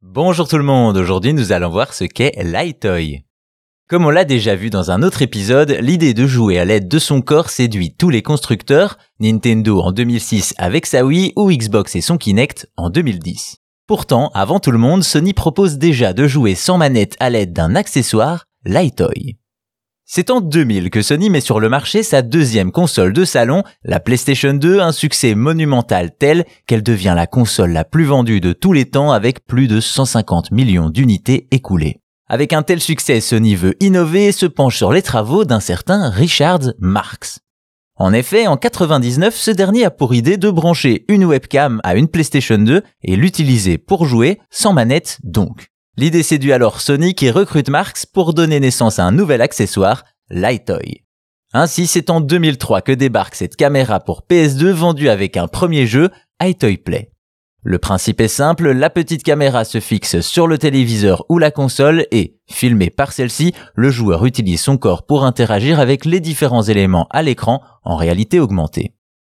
Bonjour tout le monde, aujourd'hui nous allons voir ce qu'est l'iToy. Comme on l'a déjà vu dans un autre épisode, l'idée de jouer à l'aide de son corps séduit tous les constructeurs, Nintendo en 2006 avec sa Wii ou Xbox et son Kinect en 2010. Pourtant, avant tout le monde, Sony propose déjà de jouer sans manette à l'aide d'un accessoire, l'iToy. C'est en 2000 que Sony met sur le marché sa deuxième console de salon, la PlayStation 2, un succès monumental tel qu'elle devient la console la plus vendue de tous les temps avec plus de 150 millions d'unités écoulées. Avec un tel succès, Sony veut innover et se penche sur les travaux d'un certain Richard Marx. En effet, en 99, ce dernier a pour idée de brancher une webcam à une PlayStation 2 et l'utiliser pour jouer, sans manette donc. L'idée séduit alors Sony qui recrute Marx pour donner naissance à un nouvel accessoire, l'iToy. Ainsi, c'est en 2003 que débarque cette caméra pour PS2 vendue avec un premier jeu, iToy Play. Le principe est simple, la petite caméra se fixe sur le téléviseur ou la console et, filmé par celle-ci, le joueur utilise son corps pour interagir avec les différents éléments à l'écran en réalité augmentée.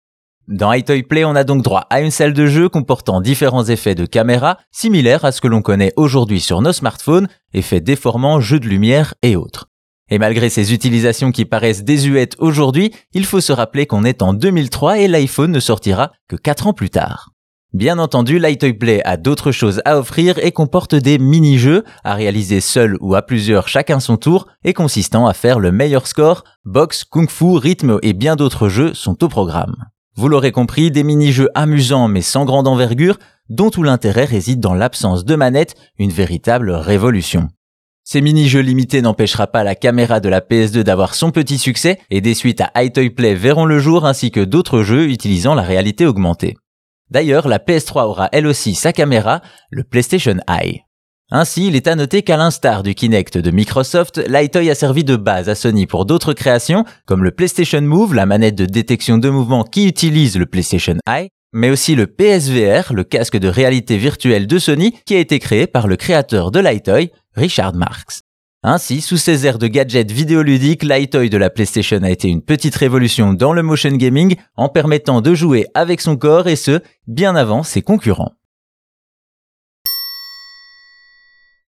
Dans iToy Play, on a donc droit à une salle de jeu comportant différents effets de caméra, similaires à ce que l'on connaît aujourd'hui sur nos smartphones, effets déformants, jeux de lumière et autres. Et malgré ces utilisations qui paraissent désuètes aujourd'hui, il faut se rappeler qu'on est en 2003 et l'iPhone ne sortira que 4 ans plus tard. Bien entendu, l'iToy Play a d'autres choses à offrir et comporte des mini-jeux à réaliser seul ou à plusieurs chacun son tour et consistant à faire le meilleur score, boxe, kung-fu, rythme et bien d'autres jeux sont au programme. Vous l'aurez compris, des mini-jeux amusants mais sans grande envergure, dont tout l'intérêt réside dans l'absence de manette, une véritable révolution. Ces mini-jeux limités n'empêchera pas la caméra de la PS2 d'avoir son petit succès et des suites à iToy Play verront le jour ainsi que d'autres jeux utilisant la réalité augmentée. D'ailleurs, la PS3 aura elle aussi sa caméra, le PlayStation Eye. Ainsi, il est à noter qu'à l'instar du Kinect de Microsoft, l'iToy a servi de base à Sony pour d'autres créations, comme le PlayStation Move, la manette de détection de mouvement qui utilise le PlayStation Eye, mais aussi le PSVR, le casque de réalité virtuelle de Sony, qui a été créé par le créateur de l'iToy, Richard Marx. Ainsi, sous ces airs de gadgets vidéoludiques, l'iToy de la PlayStation a été une petite révolution dans le motion gaming en permettant de jouer avec son corps et ce, bien avant ses concurrents.